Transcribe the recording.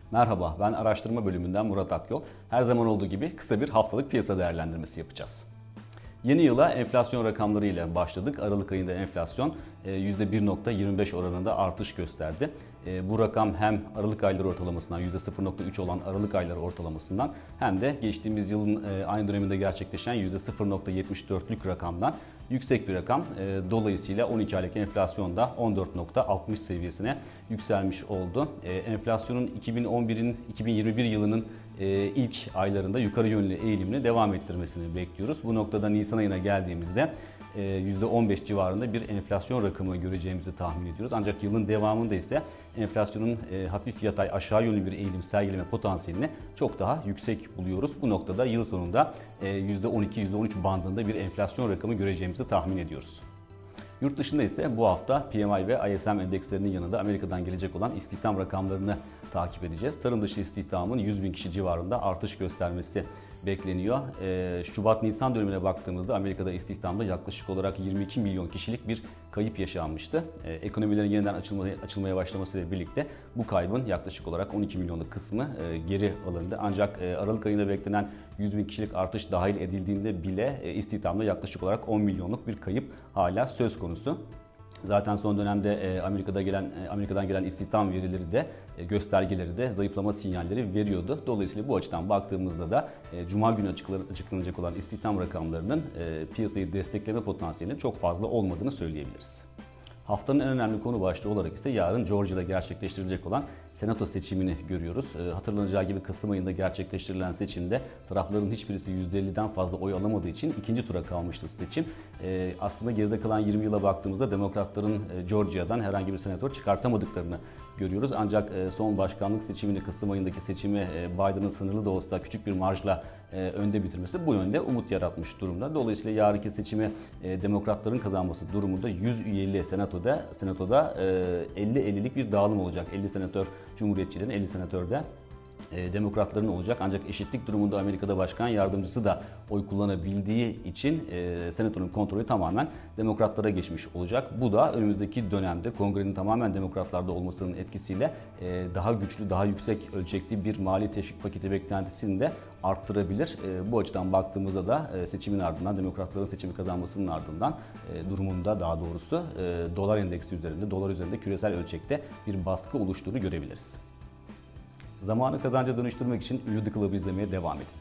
Merhaba, ben araştırma bölümünden Murat Akyol. Her zaman olduğu gibi kısa bir haftalık piyasa değerlendirmesi yapacağız. Yeni yıla enflasyon rakamları ile başladık. Aralık ayında enflasyon %1.25 oranında artış gösterdi. Bu rakam hem Aralık ayları ortalamasından %0.3 olan Aralık ayları ortalamasından hem de geçtiğimiz yılın aynı döneminde gerçekleşen %0.74'lük rakamdan yüksek bir rakam. Dolayısıyla 12 aylık enflasyon da 14.60 seviyesine yükselmiş oldu. Enflasyonun 2021 yılının ilk aylarında yukarı yönlü eğilimini devam ettirmesini bekliyoruz. Bu noktada Nisan ayına geldiğimizde %15 civarında bir enflasyon rakamı göreceğimizi tahmin ediyoruz. Ancak yılın devamında ise enflasyonun hafif yatay aşağı yönlü bir eğilim sergileme potansiyelini çok daha yüksek buluyoruz. Bu noktada yıl sonunda %12-%13 bandında bir enflasyon rakamı göreceğimizi tahmin ediyoruz. Yurt dışında ise bu hafta PMI ve ISM endekslerinin yanında Amerika'dan gelecek olan istihdam rakamlarını takip edeceğiz. Tarım dışı istihdamın 100 bin kişi civarında artış göstermesi bekleniyor. Şubat-Nisan dönemine baktığımızda Amerika'da istihdamda yaklaşık olarak 22 milyon kişilik bir kayıp yaşanmıştı. Ekonomilerin yeniden açılmaya başlamasıyla birlikte bu kaybın yaklaşık olarak 12 milyonluk kısmı geri alındı. Ancak Aralık ayında beklenen 100 bin kişilik artış dahil edildiğinde bile istihdamda yaklaşık olarak 10 milyonluk bir kayıp hala söz konusu. Zaten son dönemde Amerika'dan gelen istihdam verileri de göstergeleri de zayıflama sinyalleri veriyordu. Dolayısıyla bu açıdan baktığımızda da Cuma günü açıklanacak olan istihdam rakamlarının piyasayı destekleme potansiyelinin çok fazla olmadığını söyleyebiliriz. Haftanın en önemli konu başlığı olarak ise yarın Georgia'da gerçekleştirilecek olan Senato seçimini görüyoruz. Hatırlanacağı gibi Kasım ayında gerçekleştirilen seçimde tarafların hiçbirisi %50'den fazla oy alamadığı için ikinci tura kalmıştı seçim. Aslında geride kalan 20 yıla baktığımızda demokratların Georgia'dan herhangi bir senatör çıkartamadıklarını görüyoruz. Ancak son başkanlık seçimini, Kasım ayındaki seçimi Biden'ın sınırlı da olsa küçük bir marjla önde bitirmesi bu yönde umut yaratmış durumda. Dolayısıyla yarınki seçimi demokratların kazanması durumunda 100 üyeli senatoda 50-50'lik bir dağılım olacak. 50 senatör Cumhuriyetçilerin, 50 senatör de demokratların olacak. Ancak eşitlik durumunda Amerika'da başkan yardımcısı da oy kullanabildiği için senatonun kontrolü tamamen demokratlara geçmiş olacak. Bu da önümüzdeki dönemde kongrenin tamamen demokratlarda olmasının etkisiyle daha güçlü, daha yüksek ölçekli bir mali teşvik paketi beklentisini de arttırabilir. Bu açıdan baktığımızda da seçimin ardından, demokratların seçimi kazanmasının ardından durumunda daha doğrusu dolar endeksi üzerinde, dolar üzerinde küresel ölçekte bir baskı oluştuğunu görebiliriz. Zamanı kazanca dönüştürmek için Ünlü The Club'ı izlemeye devam edin.